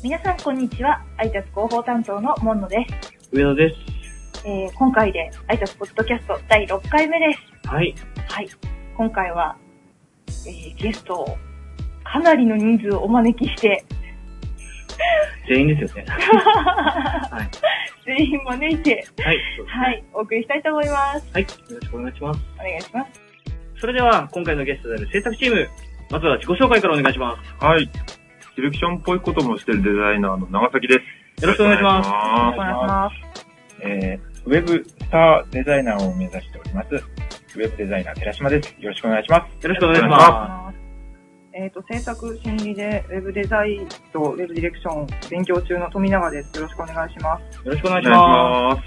皆さんこんにちは。アイタス広報担当のモンノです。 上野です。 今回でアイタスポッドキャスト第6回目です。 はい。 はい。今回は、ゲストをかなりの人数をお招きして、 全員ですよね。はい。 全員招いて、 はい。 はい。お送りしたいと思います。 はい。よろしくお願いします。 お願いします。 それでは、今回のゲストである制作チーム、まずは自己紹介からお願いします。 はい。ディレクションっぽいこともしてるデザイナーの長崎です。 よろしくお願いします。 よろしくお願いします。 ウェブスターデザイナーを目指しております。ウェブデザイナー寺島です。よろしくお願いします。 よろしくお願いします。 制作心理でウェブデザインとウェブディレクションを勉強中の富永です。よろしくお願いします。 よろしくお願いします。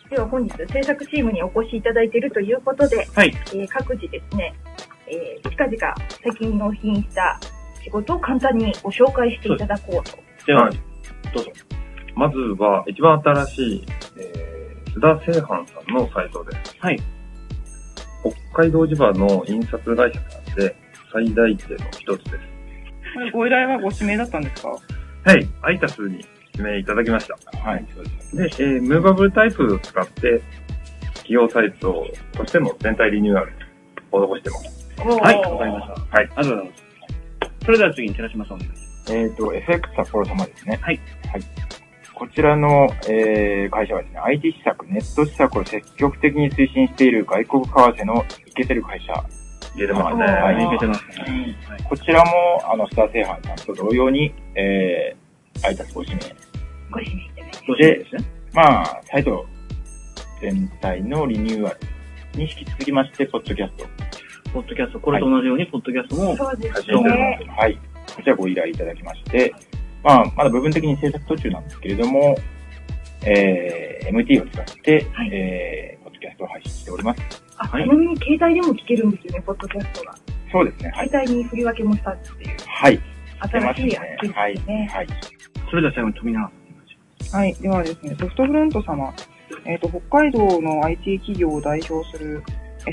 では本日制作チームにお越しいただいているということで、 はい。 各自ですね、近々最近納品した仕事を簡単にご紹介していただこうと。 では、 はいどうぞ。 まずは、一番新しい、須田製版さんのサイトです。 はい。 北海道地場の印刷会社さんで、最大手の一つです。 これご依頼はご指名だったんですか？ はい。アイタスに指名いただきました。 はい、そうです。 で、ムーバブルタイプを使って、企業サイトとしても全体リニューアルを施してます。 はい。わかりました。 はい。 ありがとうございます。それでは次に寺島さんお願いします。 FX 札幌様ですね。 はい。 はい。こちらの、会社はですね、IT 施策、ネット施策を積極的に推進している外国為替のイケてる会社。 入れてますね。 はい。 いけてますね。はい。 こちらも、須田製版さんと同様に、アイタスご指名。 ご指名いただいて。 どうしてですね。 サイト全体のリニューアルに引き続きまして、ポッドキャスト。 ポッドキャスト、これと同じように、ポッドキャストも、 そうです始めてね。 ます。はい。こちらご依頼いただきまして、まだ部分的に制作途中なんですけれども、MT を使って、 はいポッドキャストを配信しております。 はいちなみに携帯でも聞けるんですよね、ポッドキャストが。 そうですね。はい。 携帯に振り分けもしたっていう、 はい。 新しいアプリはい。 ですね。 はい。 それでは最後に富永さんお願いします。 はい。ではですね、ソフトフロント様、北海道の IT 企業を代表する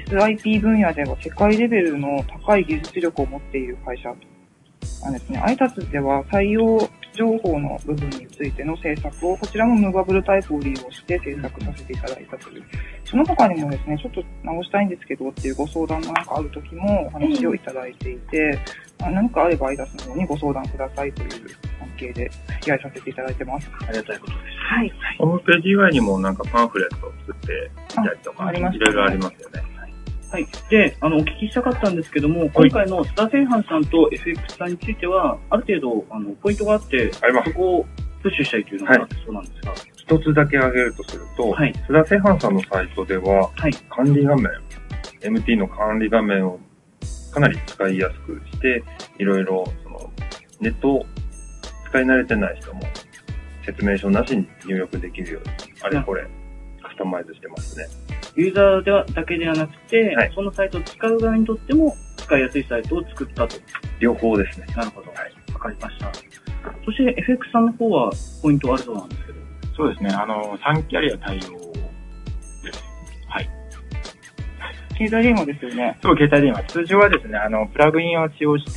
SIP 分野では世界レベルの高い技術力を持っている会社なんですね。アイタスでは採用情報の部分についての制作を、こちらもムーバブルタイプを利用して制作させていただいたという。その他にもですね、ちょっと直したいんですけどっていうご相談なんかあるときもお話をいただいていて、何かあればアイタスの方にご相談くださいという関係で付き合いさせていただいてます。 ありがたいことです。 はい。 ホームページ以外にもなんかパンフレットを作っていたりとか、いありますろいろありますよね。 はい。で、お聞きしたかったんですけども、今回の須田製版さんと FX さんについては、ある程度、ポイントがあって、 ありますそこをプッシュしたいというのがあってそうなんですが。 一つだけ挙げるとすると、 はい須田製版さんのサイトでは、 はい。 管理画面、MT の管理画面をかなり使いやすくして、いろいろ、ネットを使い慣れてない人も、説明書なしに入力できるように、あれこれ、カスタマイズしてますね。 ユーザーだけではなくて、 はいそのサイトを使う側にとっても、使いやすいサイトを作ったと。 両方ですね。 なるほど。はい。わかりました。そして、FX さんの方は、ポイントあるそうなんですけど。 そうですね。3キャリア対応です。はい。 携帯電話ですよね。 そう、携帯電話。通常はですね、プラグインを使用して、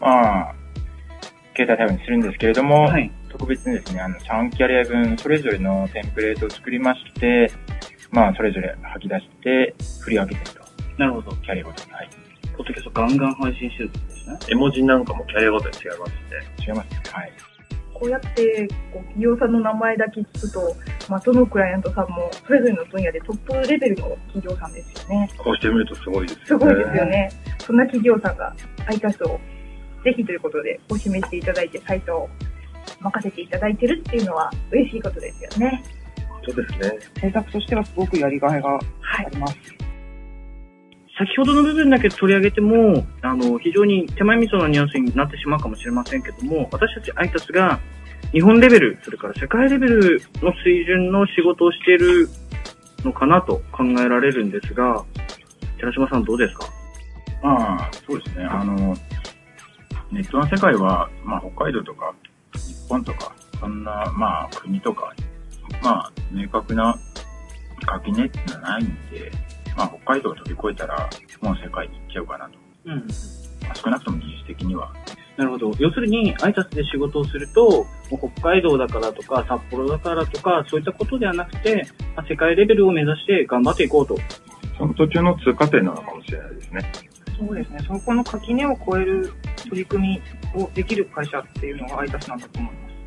携帯対応にするんですけれども、 はい。 特別にですね、3キャリア分、それぞれのテンプレートを作りまして、それぞれ吐き出して、振り分けてると。 なるほど。 キャリアごとに。はい。 ポッドキャストガンガン配信してるってことですね。 絵文字なんかもキャリアごとに違いますしね。 違いますね。はい。 こうやって企業さんの名前だけ聞くと、どのクライアントさんもそれぞれの分野でトップレベルの企業さんですよね。 こうしてみるとすごいですすよね。 ごいですよね。そんな企業さんがアイタスをぜひということでご指名していただいてサイトを任せていただいてるっていうのは嬉しいことですよね。 そうですね。 制作としてはすごくやりがいがあります。 先ほどの部分だけ取り上げても、非常に手前味噌なニュアンスになってしまうかもしれませんけども、私たちアイタスが日本レベル、それから世界レベルの水準の仕事をしているのかなと考えられるんですが、寺島さんどうですか？ そうですね。ネットの世界は、北海道とか日本とか、そんな、国とか、明確な垣根っていうのはないんで、北海道を飛び越えたら、もう世界に行っちゃうかなと。少なくとも技術的には。 なるほど。要するに、アイタスで仕事をすると、もう北海道だからとか、札幌だからとか、そういったことではなくて、世界レベルを目指して頑張っていこうと。 その途中の通過点なのかもしれないですね。 そうですね。そこの垣根を越える取り組みをできる会社っていうのがアイタスなんだと思います。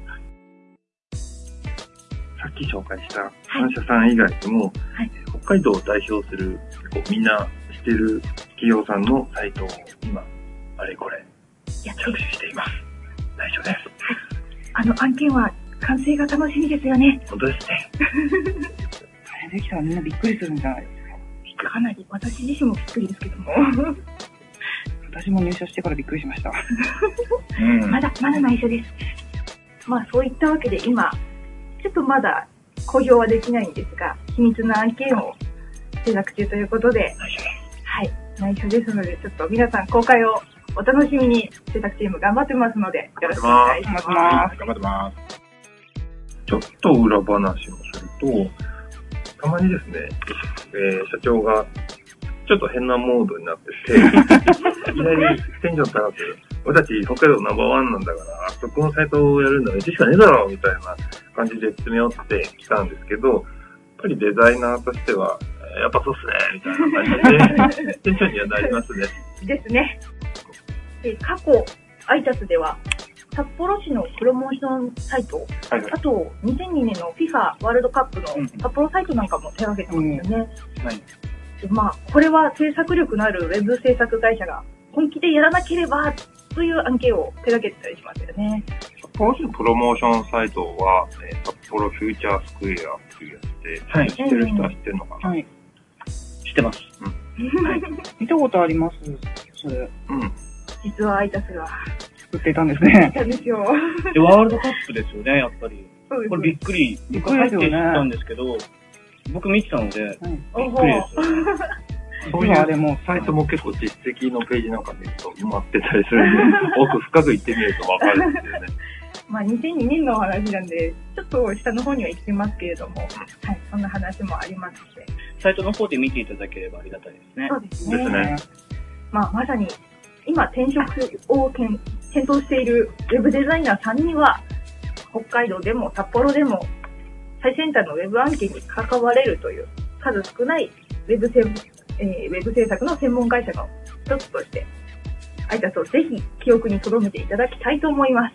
さっき紹介した3社さん以外にも、 はい、 北海道を代表する、みんな知ってる企業さんのサイトを今、あれこれ、着手しています。内緒です。 案件は完成が楽しみですよね。 本当ですね。 できたらみんなびっくりするんじゃないですか。 かなり私自身もびっくりですけども。 私も入社してからびっくりしました。 まだ内緒です。まあそういったわけで今、ちょっとまだ公表はできないんですが、秘密の案件を制作中ということで、はい、内緒ですので、ちょっと皆さん公開をお楽しみに、制作チーム頑張ってますので、よろしくお願いします。 頑張ってます。 ちょっと裏話をすると、たまにですね、社長がちょっと変なモードになってて、いきなりテンション高く、俺たち北海道ナンバーワンなんだから、そこのサイトをやるんだね、うちしかねえだろみたいな感じで詰め寄ってきたんですけど、やっぱりデザイナーとしては、やっぱそうっすね、みたいな感じで、テンションにはなりますね。 ですね。過去、アイタスでは、札幌市のプロモーションサイト、あと2002年の FIFA ワールドカップの札幌サイトなんかも手掛けてますよね。でまあ、これは制作力のあるウェブ制作会社が本気でやらなければという案件を手掛けてたりしますよね。 札幌市のプロモーションサイトは、札幌フューチャースクエアっていうやつで、知ってる人は知ってるのかな、 はい、知ってます。 見たことあります、それ。 実はアイタスが作っていたんですね。 いたんですよ。 で、ワールドカップですよね、やっぱり。 そうです。 これびっくり。僕入って知ったんですけど、僕見てたので、びっくりですよね。 そういうあれもサイトも結構実績のページなんか見ると埋まってたりするんで、奥深く行ってみるとわかるんですよね。 まあ2002年の話なんで、ちょっと下の方には行ってますけれども、はい、そんな話もありますので。 サイトの方で見ていただければありがたいですね。 そうですね。まあまさに、今転職を検討しているウェブデザイナーさんには、北海道でも札幌でも最先端のウェブ案件に関われるという数少ないウェブ制作の専門会社の一つとして、アイタスをぜひ記憶に留めていただきたいと思います。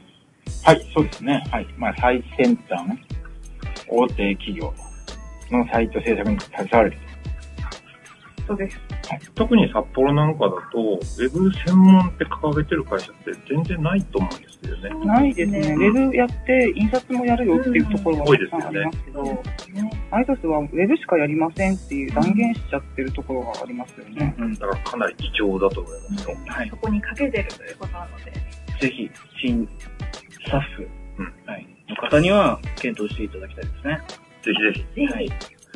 はい、そうですね。はい。まあ、最先端、大手企業のサイト制作に携われる。 そうです。 特に札幌なんかだと、ウェブ専門って掲げてる会社って全然ないと思うんですよね。 ないですね。ウェブやって印刷もやるよっていうところはたくさんありますけど、アイタスはウェブしかやりませんっていう断言しちゃってるところがありますよね。 だからかなり貴重だと思いますよ。 はい。 そこにかけてるということなので。 ぜひ、新スタッフ、の方には検討していただきたいですね。 ぜひぜひ。 ぜひ。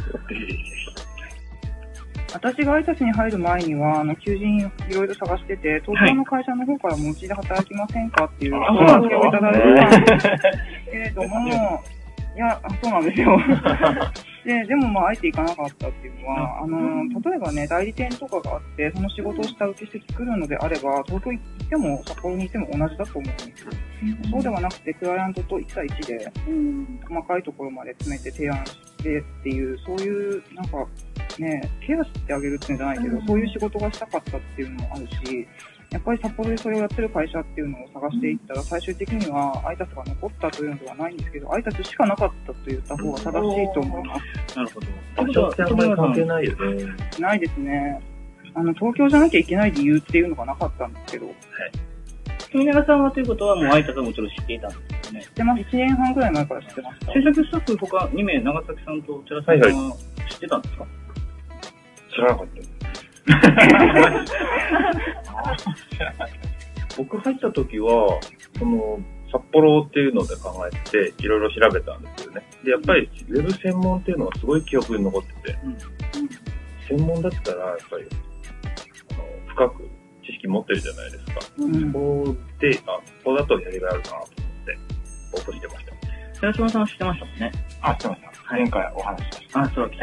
私がアイタスに入る前には、求人いろいろ探してて、東京の会社の方からもうちで働きませんかっていうお話をいただいてたんですけれども、いや、そうなんですよ。でもまあ、あえて行かなかったっていうのは、例えばね、代理店とかがあって、その仕事を下請けして作るのであれば、東京行っても札幌にいても同じだと思うんですよ。そうではなくて、クライアントと1対1で、細かいところまで詰めて提案してっていう、そういう、なんか、ね、ケアしてあげるっていうんじゃないけど、そういう仕事がしたかったっていうのもあるし、やっぱり札幌でそれをやってる会社っていうのを探していったら、最終的にはアイタスが残ったというのではないんですけど、アイタスしかなかったと言った方が正しいと思います。 なるほど。 場所ってあんまり関係ないよね。 ないですね。東京じゃなきゃいけない理由っていうのがなかったんですけど。はい。 富永さんはということはもうアイタスはもちろん知っていたんですよね。 知ってます。1年半くらい前から知ってました。 制作スタッフ他2名、長崎さんと寺さんは知ってたんですか？ 知らなかった。僕入った時は、札幌っていうので考えて、いろいろ調べたんですよね。で、やっぱり、ウェブ専門っていうのがすごい記憶に残ってて、専門だったら、やっぱり、深く知識持ってるじゃないですか。そこで、ここだとやりがいあるなと思って、応募してました。 寺島さんは知ってましたもんね。 知ってました。前回お話ししました。 そう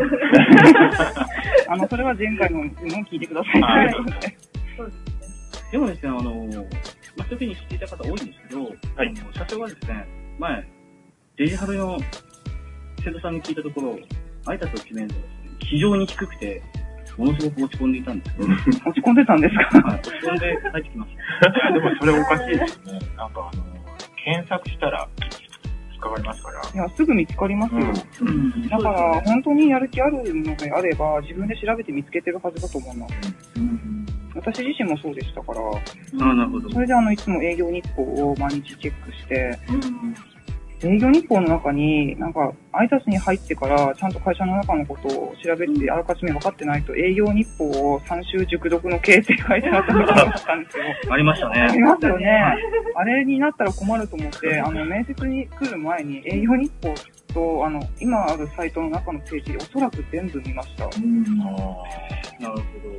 それは前回の聞いてください。 でもですね、 そういうふうに知っていた方多いんですけど、 はい、 社長がですね、前、デジハルの生徒さんに聞いたところ、アイタスの知名度が非常に低くて、ものすごく落ち込んでいたんですけど、 落ち込んでたんですか？ はい、落ち込んで入ってきました。 でもそれおかしいですね。なんか検索したら引っかかりますから。 いや、すぐ見つかりますよ。だから、本当にやる気あるのであれば、自分で調べて見つけてるはずだと思います。私自身もそうでしたから、 なるほど。 それでいつも営業日報を毎日チェックして、営業日報の中に、なんか、アイタスに入ってから、ちゃんと会社の中のことを調べて、あらかじめ分かってないと、営業日報を3週熟読の経って書いてあったのがあったんですよ。 ありましたね。 ありますよね。あれになったら困ると思って、面接に来る前に、営業日報と、今あるサイトの中のページ、おそらく全部見ました。 なるほど。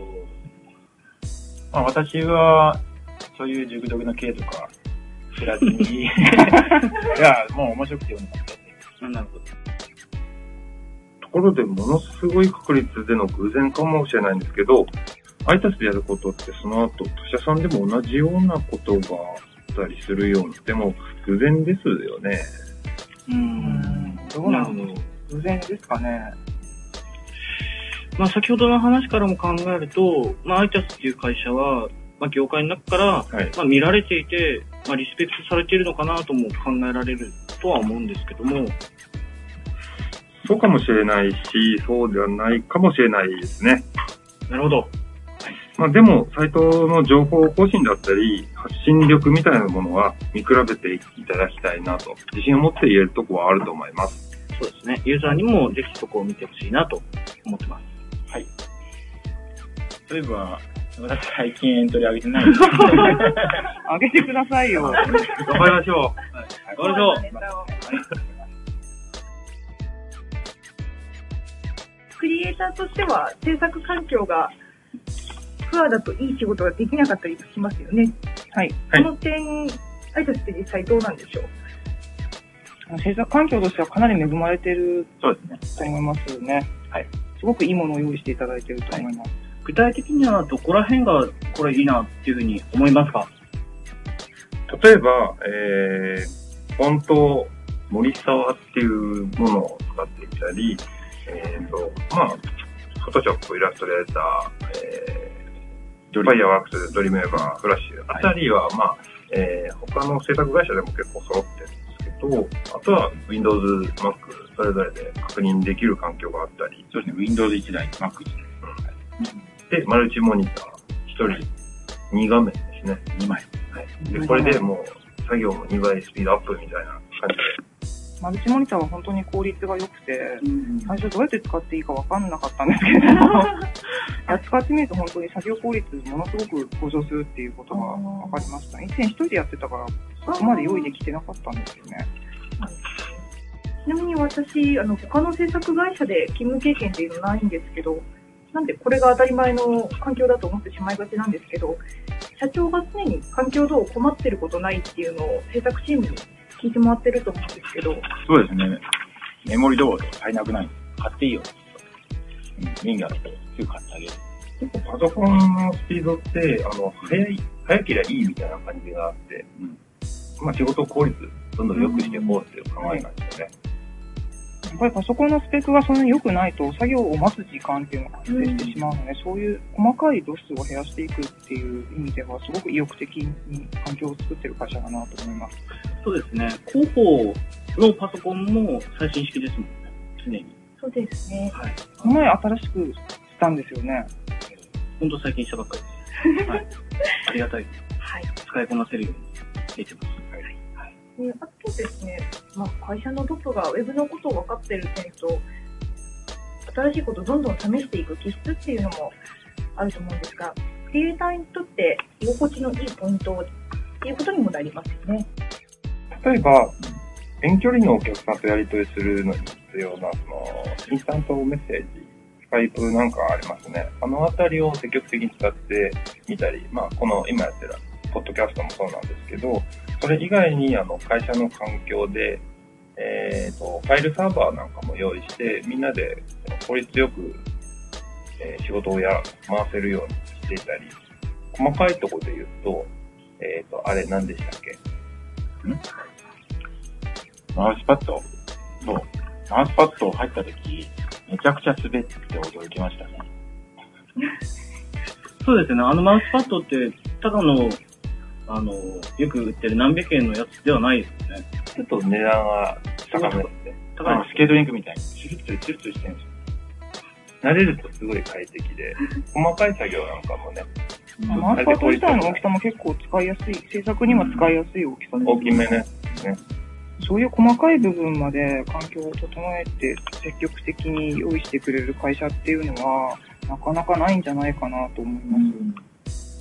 まあ、私は、そういう熟読の経とか、知らずに、いや、もう面白くて読んでました。 なるほど。 ところで、ものすごい確率での偶然かもしれないんですけど、アイタスでやることってその後、他社さんでも同じようなことがあったりするような、でも偶然ですよね。 どうなの？偶然ですかね。 まあ先ほどの話からも考えると、まあアイタスっていう会社は、まあ業界の中から、まあ見られていて、まあリスペクトされているのかなとも考えられるとは思うんですけども。 そうかもしれないし、そうではないかもしれないですね。 なるほど。 まあでも、サイトの情報更新だったり、発信力みたいなものは見比べていただきたいなと、自信を持って言えるところはあると思います。 そうですね。ユーザーにもぜひそこを見てほしいなと思ってます。 はい。例えば、私最近エントリー上げてないんですけど。 上げてくださいよ。 頑張りましょう。 頑張りましょう。 クリエイターとしては制作環境が不和だといい仕事ができなかったりしますよね。 はい。 この点、アイタスって実際どうなんでしょう？ 制作環境としてはかなり恵まれてるそうですね。 と思いますよね。 はい。 すごくいいものを用意していただいていると思います。 具体的にはどこら辺がこれいいなっていうふうに思いますか？ 例えば、フォント、森沢っていうものを使っていたり、まあ、フォトショップ、イラストレーター、ファイアワークス、ドリームウェーバー、フラッシュあたりは、まあ、他の制作会社でも結構揃ってるんですけど、あとは Windows、Mac、それぞれで確認できる環境があったり。 そうですね、Windows 1台、Mac 1台。 で、マルチモニター、1人、2画面ですね。 2枚。 はい。で、これでもう、作業も2倍スピードアップみたいな感じで。 マルチモニターは本当に効率が良くて、最初どうやって使っていいか分かんなかったんですけど、使ってみると本当に作業効率ものすごく向上するっていうことが分かりました。以前一人でやってたから、そこまで用意できてなかったんですよね。 ちなみに私、他の制作会社で勤務経験っていうのないんですけど、なんでこれが当たり前の環境だと思ってしまいがちなんですけど、社長が常に環境どう困ってることないっていうのを制作チームに聞いてもらってると思うんですけど。 そうですね。メモリどう足りなくない？買っていいよ。ミンガーだったらすぐ買ってあげる。 結構パソコンのスピードって、早ければいいみたいな感じがあって、まあ仕事効率どんどん良くしていこうっていう考えなんですよね。 やっぱりパソコンのスペックがそんなに良くないと作業を待つ時間っていうのが発生してしまうので、そういう細かい露出を減らしていくっていう意味ではすごく意欲的に環境を作ってる会社だなと思います。 そうですね。広報のパソコンも最新式ですもんね。常に。 そうですね。 はい。 この前新しくしたんですよね。 ほんと最近したばっかりです。はい。ありがたい。はい。使いこなせるようにできてます。 あとですね、まあ、会社のトップがウェブのことを分かっている点と、新しいことをどんどん試していく気質っていうのもあると思うんですが、クリエイターにとって居心地のいいポイントっていうことにもなりますよね。 例えば、遠距離のお客さんとやり取りするのに必要な、インスタントメッセージ、スカイプなんかありますね。あのあたりを積極的に使ってみたり、まあ、この今やってるポッドキャストもそうなんですけど、それ以外に会社の環境で、ファイルサーバーなんかも用意して、みんなで効率よく、仕事を回せるようにしていたり、細かいところで言うと、 あれ何でしたっけ？ マウスパッド。そう。マウスパッド入った時、めちゃくちゃ滑って驚きましたね。 そうですね。マウスパッドって、ただの、よく売ってる何百円のやつではないですよね。 ちょっと値段が高めですね。 高いスケートリンクみたいに、チュルッとしてるんですよ。 慣れるとすごい快適で、細かい作業なんかもね、 マウスパッド自体の大きさも結構使いやすい、制作には使いやすい大きさです。 大きめね。 そういう細かい部分まで環境を整えて積極的に用意してくれる会社っていうのは、なかなかないんじゃないかなと思います。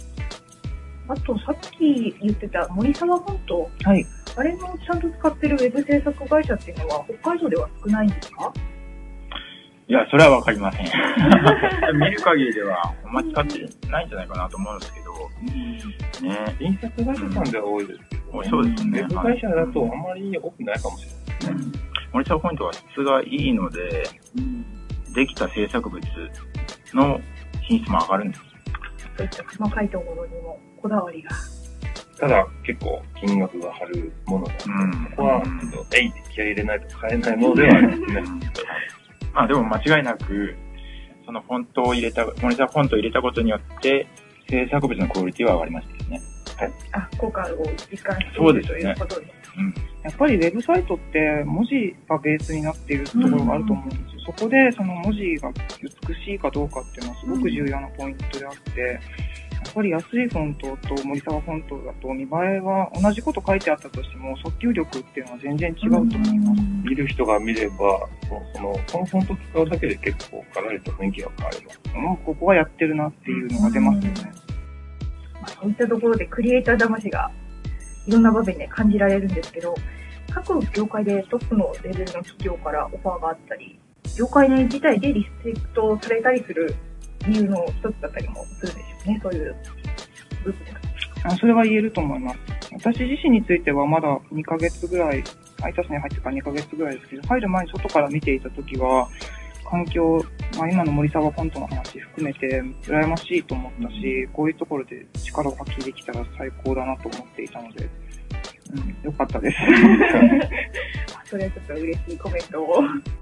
あと、さっき言ってた森沢フォント。 はい。 あれもちゃんと使ってるウェブ制作会社っていうのは北海道では少ないんですか？ いや、それはわかりません。見る限りでは、あんまり使ってないんじゃないかなと思うんですけど、ね。 印刷会社さんでは多いですけど、 そうですね。 ウェブ会社だとあんまり多くないかもしれないですね。 森沢フォントは質がいいので、できた制作物の品質も上がるんです。 そういった細かいところにもこだわりが。 ただ、結構金額が張るものなので、ここは、って気合い入れないと買えないものではありますね。 まあでも間違いなく、そのフォントを入れた、森沢フォントを入れたことによって、制作物のクオリティは上がりましたよね。 はい。効果を実感しているということで。 やっぱりウェブサイトって文字がベースになっているところがあると思うんですよ。そこでその文字が美しいかどうかっていうのはすごく重要なポイントであって、やっぱり安いフォントと森沢フォントだと見栄えは同じこと書いてあったとしても訴求力っていうのは全然違うと思います。 見る人が見れば、このフォント使うだけで結構ガラリと雰囲気が変わります。 ここはやってるなっていうのが出ますよね。 そういったところでクリエイター魂がいろんな場面で感じられるんですけど、各業界でトップのレベルの企業からオファーがあったり、業界内自体でリスペクトされたりする理由の一つだったりもするんでしょうね、そういう部分が。 それは言えると思います。私自身についてはまだ2ヶ月ぐらい、アイタスに入ってから2ヶ月ぐらいですけど、入る前に外から見ていたときは、環境、今の森沢フォントの話含めて羨ましいと思ったし、こういうところで力を発揮できたら最高だなと思っていたので、よかったです。 それはちょっと嬉しいコメントを。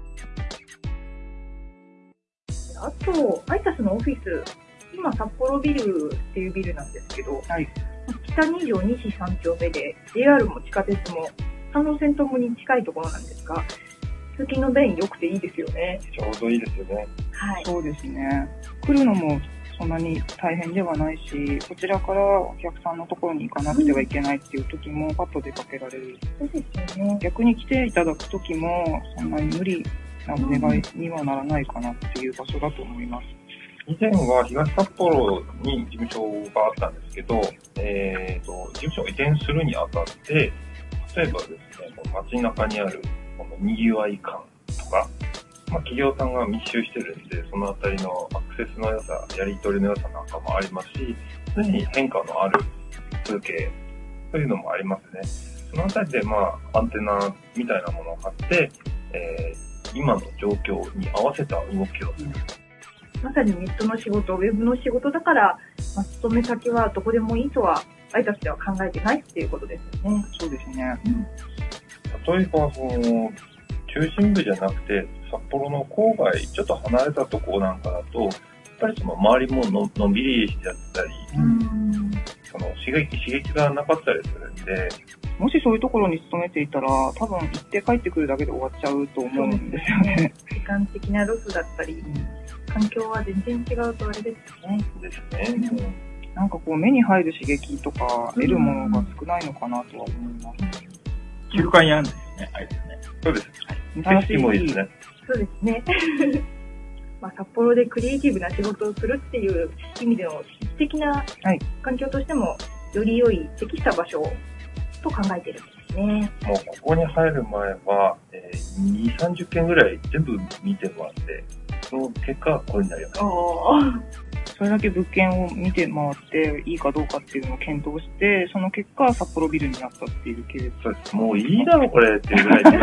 あと、アイタスのオフィス、今札幌ビルっていうビルなんですけど、 はい、 北2条西3丁目で JR も地下鉄も3路線ともに近いところなんですが、通勤の便良くていいですよね。 ちょうどいいですよね。 はい。 そうですね。来るのもそんなに大変ではないし、こちらからお客さんのところに行かなくてはいけないっていう時もパッと出かけられる。 そうですよね。 逆に来ていただく時もそんなに無理なお願いにはならないかなっていう場所だと思います。 以前は東札幌に事務所があったんですけど、事務所を移転するにあたって、例えばですね、街中にあるこの賑わい感とか、企業さんが密集してるんで、そのあたりのアクセスの良さ、やり取りの良さなんかもありますし、常に変化のある風景というのもありますね。そのあたりで、アンテナみたいなものを貼って、今の状況に合わせた動きをする。 まさにネットの仕事、ウェブの仕事だから、勤め先はどこでもいいとは、アイタスでは考えてないっていうことですよね。 そうですね。 例えば、中心部じゃなくて、札幌の郊外、ちょっと離れたところなんかだと、やっぱりその周りものんびりしちゃったり、その刺激がなかったりするんで、 もしそういうところに勤めていたら、多分行って帰ってくるだけで終わっちゃうと思うんですよね。 時間的なロスだったり、環境は全然違うとあれですよね。 ですね。 なんかこう目に入る刺激とか得るものが少ないのかなとは思います。 休暇にあるんですよね、あれですね。 そうです。 新しいもいいですね。 そうですね。札幌でクリエイティブな仕事をするっていう意味での質的な環境としても、より良い適した場所と考えているんですね。 もうここに入る前は、2、30件ぐらい全部見てもらって、その結果はこれになります。 それだけ物件を見て回っていいかどうかっていうのを検討して、その結果札幌ビルになったっていうケース。 そうです。もういいだろこれっていうぐらい来ました。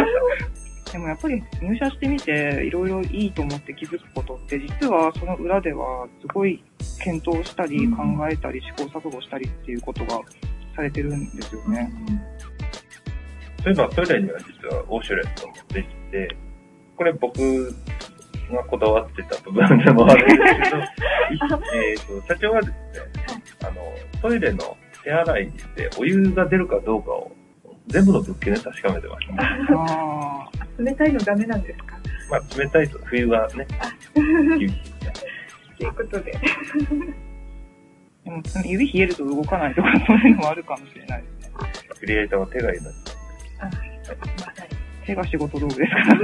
でもやっぱり入社してみていろいろいいと思って気づくことって実はその裏ではすごい検討したり考えたり試行錯誤したりっていうことがされてるんですよね。 そういえばトイレには実はウォシュレットもできて、これ僕がこだわってた部分でもあるんですけど、社長はですね、トイレの手洗いでお湯が出るかどうかを全部の物件で確かめてましたね。 冷たいのダメなんですか？ まあ冷たいと冬はね、厳しいね。 ということで。 でも指冷えると動かないとかそういうのもあるかもしれないですね。 クリエイターは手がいいのに。 手が仕事道具ですから。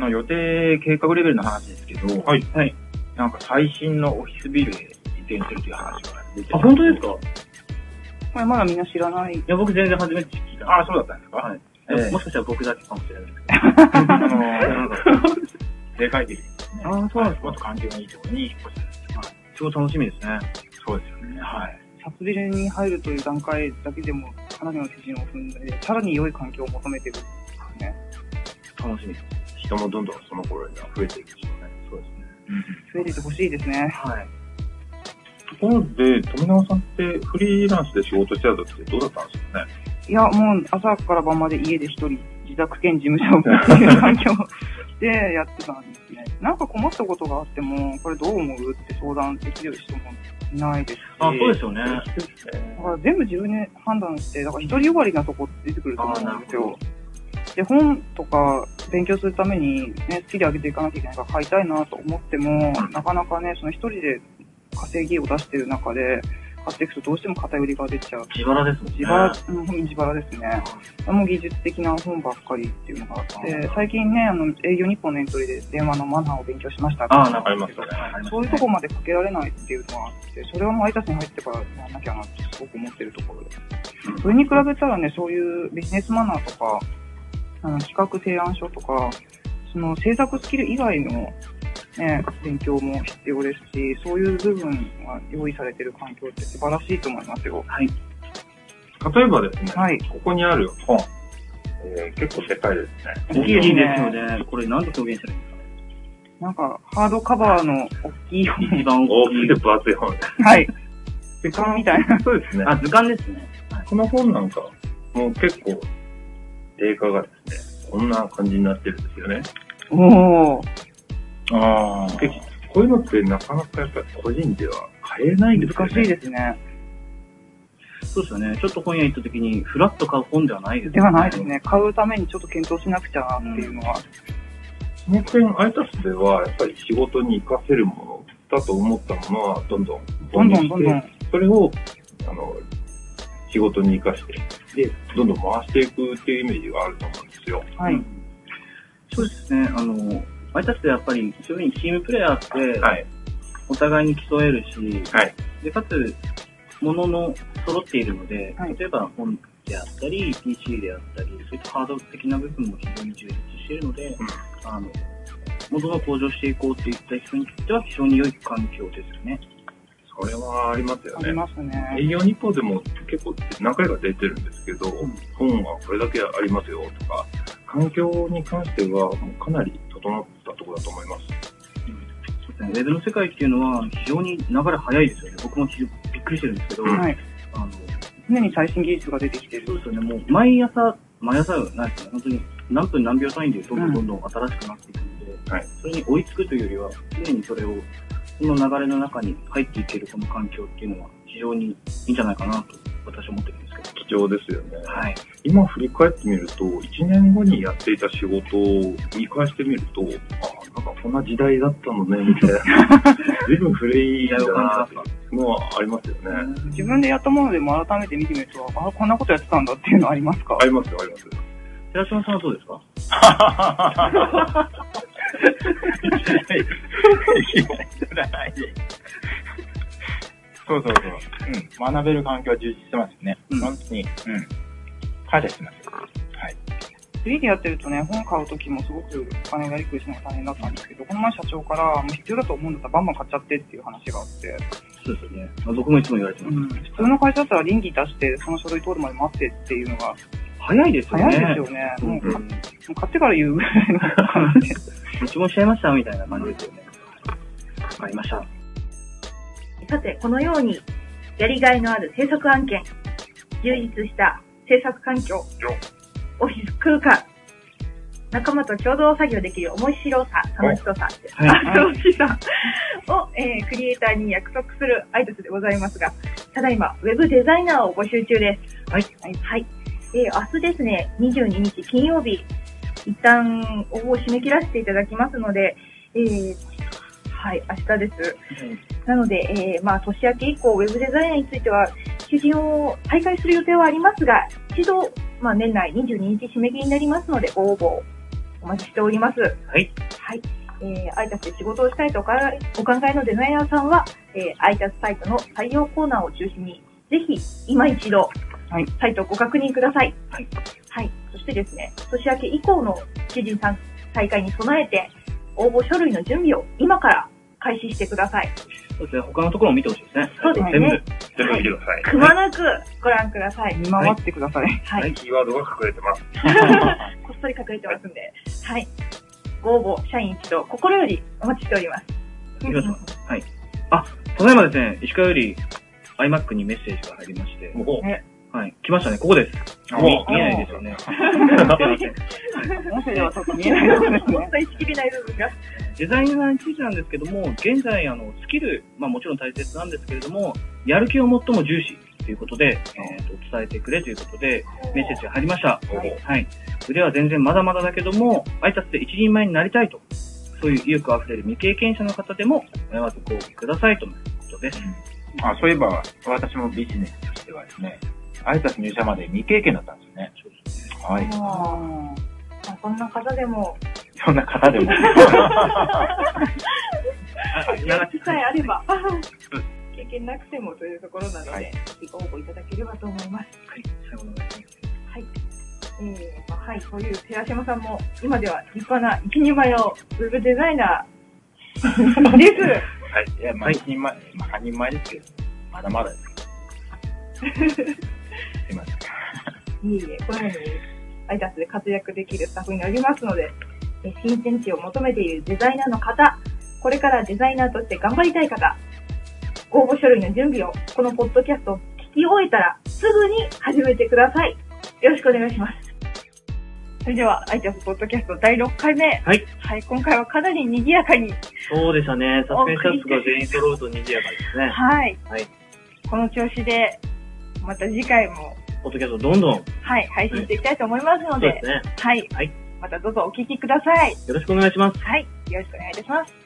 予定計画レベルの話ですけど、 はい。はい。 なんか最新のオフィスビルへ移転するという話が出てあ、本当ですか？ これまだみんな知らない。 いや、僕全然初めて聞いた。 ああ、そうだったんですか？ はい。もしかしたら僕だけかもしれないですけど。 正解的ですね。 ああ、そうなんですか。 もっと環境がいいところに引っ越した。はい。 すごい楽しみですね。 そうですよね。はい。 札ビルに入るという段階だけでもかなりの手順を踏んで、さらに良い環境を求めてるんですね。 楽しみです。 人もどんどんその頃には増えていくでしょうね。そうですね。 増えていてほしいですね。 はい。 ところで、富永さんってフリーランスで仕事してた時ってどうだったんですかね？ いや、もう朝から晩まで家で一人、自宅兼事務所っていう環境でやってたんですね。なんか困ったことがあっても、これどう思うって相談できる人もいないですし。 あ、そうですよね。 だから全部自分で判断して、だから一人よがりなとこって出てくると思うんですよ。で、本とか勉強するためにね、スキル上げていかなきゃいけないから買いたいなと思っても、なかなかね、その一人で稼ぎを出してる中で、買っていくとどうしても偏りが出ちゃう。 自腹ですもんね。 自腹ですね。もう技術的な本ばっかりっていうのがあって、最近ね、営業日本のエントリーで電話のマナーを勉強しましたって。 なんかありますよね。 そういうとこまでかけられないっていうのがあって、それはもうアイタスに入ってからやらなきゃなってすごく思ってるところです。それに比べたらね、そういうビジネスマナーとか、企画提案書とか、その制作スキル以外のね、勉強も必要ですし、そういう部分が用意されている環境って素晴らしいと思いますよ。 はい。 例えばですね、 はい、 ここにある本、結構でかいですね。 大きいですよね。これ何と表現したらいいんですかね。 なんか、ハードカバーの大きい本。 一番大きい分厚い本です。 はい。図鑑みたいな。 そうですね。 あ、図鑑ですね。 この本なんか、もう結構、定価がですね、こんな感じになってるんですよね。 おー。 ああ。こういうのってなかなかやっぱり個人では買えないんですよね。 難しいですね。 そうですよね。ちょっと本屋行った時にフラッと買う本ではないですね。 ではないですね。買うためにちょっと検討しなくちゃなっていうのは。 その点、アイタスではやっぱり仕事に活かせるものだと思ったものはどんどんそれを仕事に活かしてでどんどん回していくっていうイメージがあると思うんですよ。 はい。 そうですね。アイタスってやっぱりそういうふうにチームプレイヤーって、 はい、 お互いに競えるし、 はい、 でかつ物の揃っているので、 はい、 例えば本であったり PC であったりそういったハード的な部分も非常に充実しているので、物の向上していこうっていった人にとっては非常に良い環境ですよね。 それはありますよね。 ありますね。 営業日報でも結構何回か出てるんですけど、本はこれだけありますよとか、環境に関してはもうかなり整ったところだと思います。 そうですね。ウェブの世界っていうのは非常に流れ早いですよね。僕もびっくりしてるんですけど、 はい、常に最新技術が出てきてる。 そうですよね。もう毎朝ないですね。本当に何分何秒単位でどんどん新しくなっていくので、 はい、それに追いつくというよりは常にそれをその流れの中に入っていけるこの環境っていうのは非常にいいんじゃないかなと私は思ってるんですけど。 貴重ですよね。 はい。 今振り返ってみると、1年後にやっていた仕事を見返してみると、なんかこんな時代だったのね、みたいな。随分古い時代を感じますのはありますよね。 自分でやったものでも改めて見てみると、こんなことやってたんだっていうのはありますか？ ありますよ、ありますよ。 寺島さんはどうですか？ そう。学べる環境は充実してますよね。本当に。感謝してますよ。はい。 3でやってるとね、本買うときもすごくお金がやりくりするのが大変だったんですけど、この前社長から、もう必要だと思うんだったらバンバン買っちゃってっていう話があって。 そうですよね。僕もいつも言われてます。 普通の会社だったら倫理出して、その書類通るまで待ってっていうのが、 早いですよね。 早いですよね。もう買ってから言うぐらいの感じで。 うちもしちゃいましたみたいな感じですよね。わかりました。 さて、このように、やりがいのある制作案件、 充実した制作環境、オフィス空間、仲間と共同作業できる面白さ、楽しさ、楽しさを、クリエイターに約束するアイタスでございますが、ただいま、ウェブデザイナーを募集中です。はい。はい。明日ですね、22日金曜日、一旦応募を締め切らせていただきますので、はい、明日です。なので、年明け以降、ウェブデザイナーについては、求人を再開する予定はありますが、一度、年内22日締め切りになりますので、ご応募お待ちしております。はい。はい。アイタスで仕事をしたいとお考えのデザイナーさんは、アイタスサイトの採用コーナーを中心に、ぜひ、今一度、サイトをご確認ください。はい。はい。そしてですね、年明け以降の求人再開に備えて、応募書類の準備を今から開始してください。 そうですね、他のところも見てほしいですね。 そうですね。 全部見てください。 くまなくご覧ください。 見回ってください。 はい。キーワードが隠れてます。 こっそり隠れてますんで。はい。ご応募、社員一同、心よりお待ちしております。 はい。ただいまですね、石川より iMac にメッセージが入りまして。はい。来ましたね。ここです。見えないですよね。すいません。 音声ではちょっと見えない部分ですね。 本当に仕切りない部分が。 デザイナーについてなんですけども、現在、スキル、もちろん大切なんですけれども、やる気を最も重視ということで、伝えてくれということで、メッセージが入りました。はい。腕は全然まだまだだけども、アイタスで一人前になりたいと、そういう意欲あふれる未経験者の方でも、迷わずご応募くださいということです。 そういえば、私もビジネスとしてはですね、アイタス入社まで未経験だったんですよね。そうですね。はい。 そんな方でも。 そんな方でも。 やる気さえあれば。経験なくてもというところなので、ご応募いただければと思います。 はい。最後のお願いします。 はい。はい、そういう寺島さんも、今では立派な一人前のウェブデザイナーです。 はい。いや、一人前、半人前ですけど、まだまだです。すいません。 いえいえ、このようにアイタスで活躍できるスタッフにおりますので、新天地を求めているデザイナーの方、これからデザイナーとして頑張りたい方、応募書類の準備をこのポッドキャストを聞き終えたらすぐに始めてください。よろしくお願いします。それでは、アイタスポッドキャスト第6回目。はい。はい、今回はかなり賑やかに。 そうでしたね。サスペンシャツが全員揃うと賑やかですね。 はい。はい。この調子で、また次回も、 ポッドキャストどんどん、 はい、配信していきたいと思いますので、 そうですね。 はい。はい。またどうぞお聞きください。 よろしくお願いします。 はい。よろしくお願いいたします。